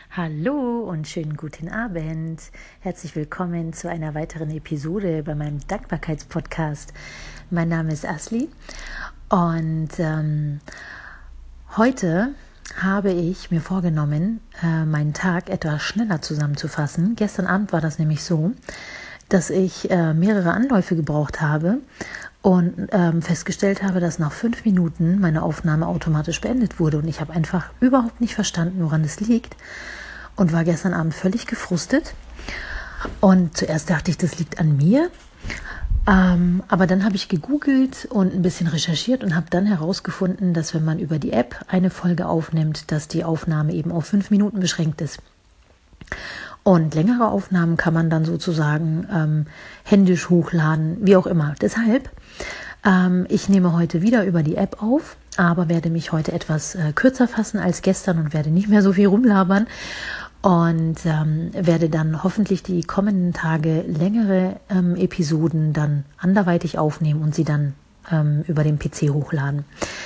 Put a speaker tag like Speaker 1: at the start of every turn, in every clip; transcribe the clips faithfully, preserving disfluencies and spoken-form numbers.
Speaker 1: Hallo und schönen guten Abend. Herzlich willkommen zu einer weiteren Episode bei meinem Dankbarkeitspodcast. Mein Name ist Asli und ähm, heute habe ich mir vorgenommen, äh, meinen Tag etwas schneller zusammenzufassen. Gestern Abend war das nämlich so, dass ich äh, mehrere Anläufe gebraucht habe und ähm, festgestellt habe, dass nach fünf Minuten meine Aufnahme automatisch beendet wurde. Und ich habe einfach überhaupt nicht verstanden, woran es liegt und war gestern Abend völlig gefrustet. Und zuerst dachte ich, das liegt an mir. Ähm, aber dann habe ich gegoogelt und ein bisschen recherchiert und habe dann herausgefunden, dass wenn man über die App eine Folge aufnimmt, dass die Aufnahme eben auf fünf Minuten beschränkt ist. Und längere Aufnahmen kann man dann sozusagen ähm, händisch hochladen, wie auch immer. Deshalb, ähm, ich nehme heute wieder über die App auf, aber werde mich heute etwas äh, kürzer fassen als gestern und werde nicht mehr so viel rumlabern und ähm, werde dann hoffentlich die kommenden Tage längere ähm, Episoden dann anderweitig aufnehmen und sie dann ähm, über den P C hochladen.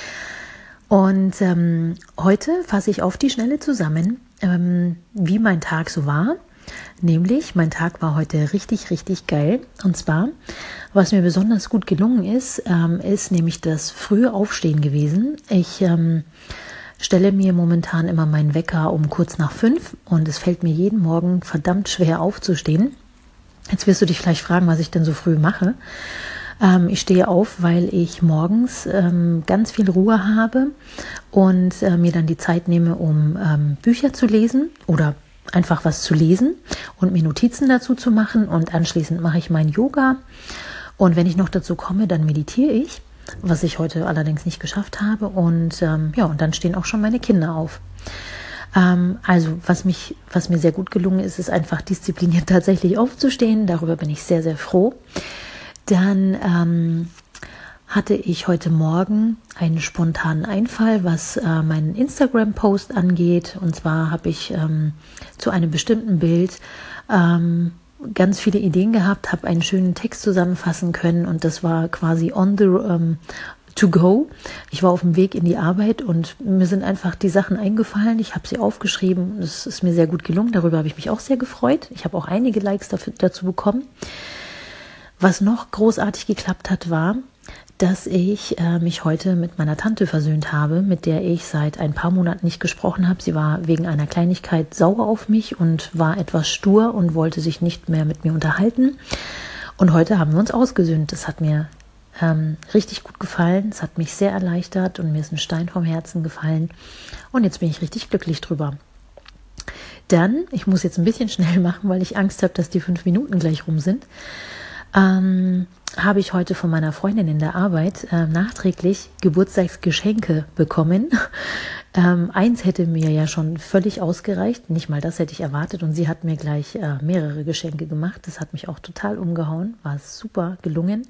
Speaker 1: Und ähm, heute fasse ich auf die Schnelle zusammen, ähm, wie mein Tag so war. Nämlich, mein Tag war heute richtig, richtig geil. Und zwar, was mir besonders gut gelungen ist, ähm, ist nämlich das frühe Aufstehen gewesen. Ich ähm, stelle mir momentan immer meinen Wecker um kurz nach fünf und es fällt mir jeden Morgen verdammt schwer aufzustehen. Jetzt wirst du dich vielleicht fragen, was ich denn so früh mache. Ähm, ich stehe auf, weil ich morgens ähm, ganz viel Ruhe habe und äh, mir dann die Zeit nehme, um ähm, Bücher zu lesen oder einfach was zu lesen und mir Notizen dazu zu machen. Und anschließend mache ich mein Yoga. Und wenn ich noch dazu komme, dann meditiere ich, was ich heute allerdings nicht geschafft habe. Und ähm, ja, und dann stehen auch schon meine Kinder auf. Ähm, also was mich, was mir sehr gut gelungen ist, ist einfach diszipliniert tatsächlich aufzustehen. Darüber bin ich sehr, sehr froh. Dann ähm, hatte ich heute Morgen einen spontanen Einfall, was äh, meinen Instagram-Post angeht. Und zwar habe ich ähm, zu einem bestimmten Bild ähm, ganz viele Ideen gehabt, habe einen schönen Text zusammenfassen können und das war quasi on the um, to go. Ich war auf dem Weg in die Arbeit und mir sind einfach die Sachen eingefallen. Ich habe sie aufgeschrieben. Das ist mir sehr gut gelungen. Darüber habe ich mich auch sehr gefreut. Ich habe auch einige Likes dafür, dazu bekommen. Was noch großartig geklappt hat, war, dass ich äh, mich heute mit meiner Tante versöhnt habe, mit der ich seit ein paar Monaten nicht gesprochen habe. Sie war wegen einer Kleinigkeit sauer auf mich und war etwas stur und wollte sich nicht mehr mit mir unterhalten. Und heute haben wir uns ausgesöhnt. Das hat mir ähm, richtig gut gefallen. Es hat mich sehr erleichtert und mir ist ein Stein vom Herzen gefallen. Und jetzt bin ich richtig glücklich drüber. Dann, ich muss jetzt ein bisschen schnell machen, weil ich Angst habe, dass die fünf Minuten gleich rum sind. Ähm, habe ich heute von meiner Freundin in der Arbeit äh, nachträglich Geburtstagsgeschenke bekommen. ähm, eins hätte mir ja schon völlig ausgereicht, nicht mal das hätte ich erwartet und sie hat mir gleich äh, mehrere Geschenke gemacht. Das hat mich auch total umgehauen, war super gelungen.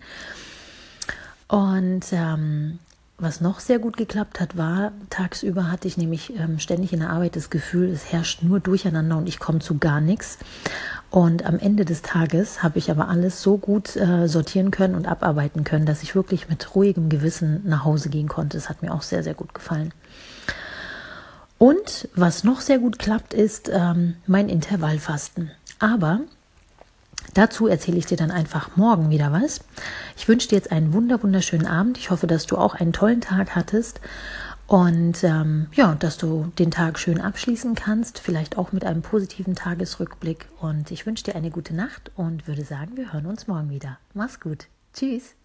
Speaker 1: Und ähm, was noch sehr gut geklappt hat, war, tagsüber hatte ich nämlich ähm, ständig in der Arbeit das Gefühl, es herrscht nur Durcheinander und ich komme zu gar nichts. Und am Ende des Tages habe ich aber alles so gut äh, sortieren können und abarbeiten können, dass ich wirklich mit ruhigem Gewissen nach Hause gehen konnte. Das hat mir auch sehr, sehr gut gefallen. Und was noch sehr gut klappt, ist ähm, mein Intervallfasten. Aber dazu erzähle ich dir dann einfach morgen wieder was. Ich wünsche dir jetzt einen wunder, wunderschönen Abend. Ich hoffe, dass du auch einen tollen Tag hattest und ähm, ja, dass du den Tag schön abschließen kannst, vielleicht auch mit einem positiven Tagesrückblick. Und ich wünsche dir eine gute Nacht und würde sagen, wir hören uns morgen wieder. Mach's gut. Tschüss.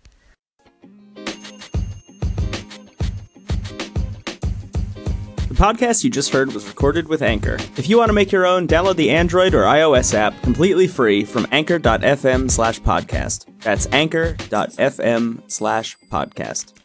Speaker 2: The podcast you just heard was recorded with Anchor. If you want to make your own, download the Android or iOS app completely free from anchor.fm slash podcast. That's anchor.fm slash podcast.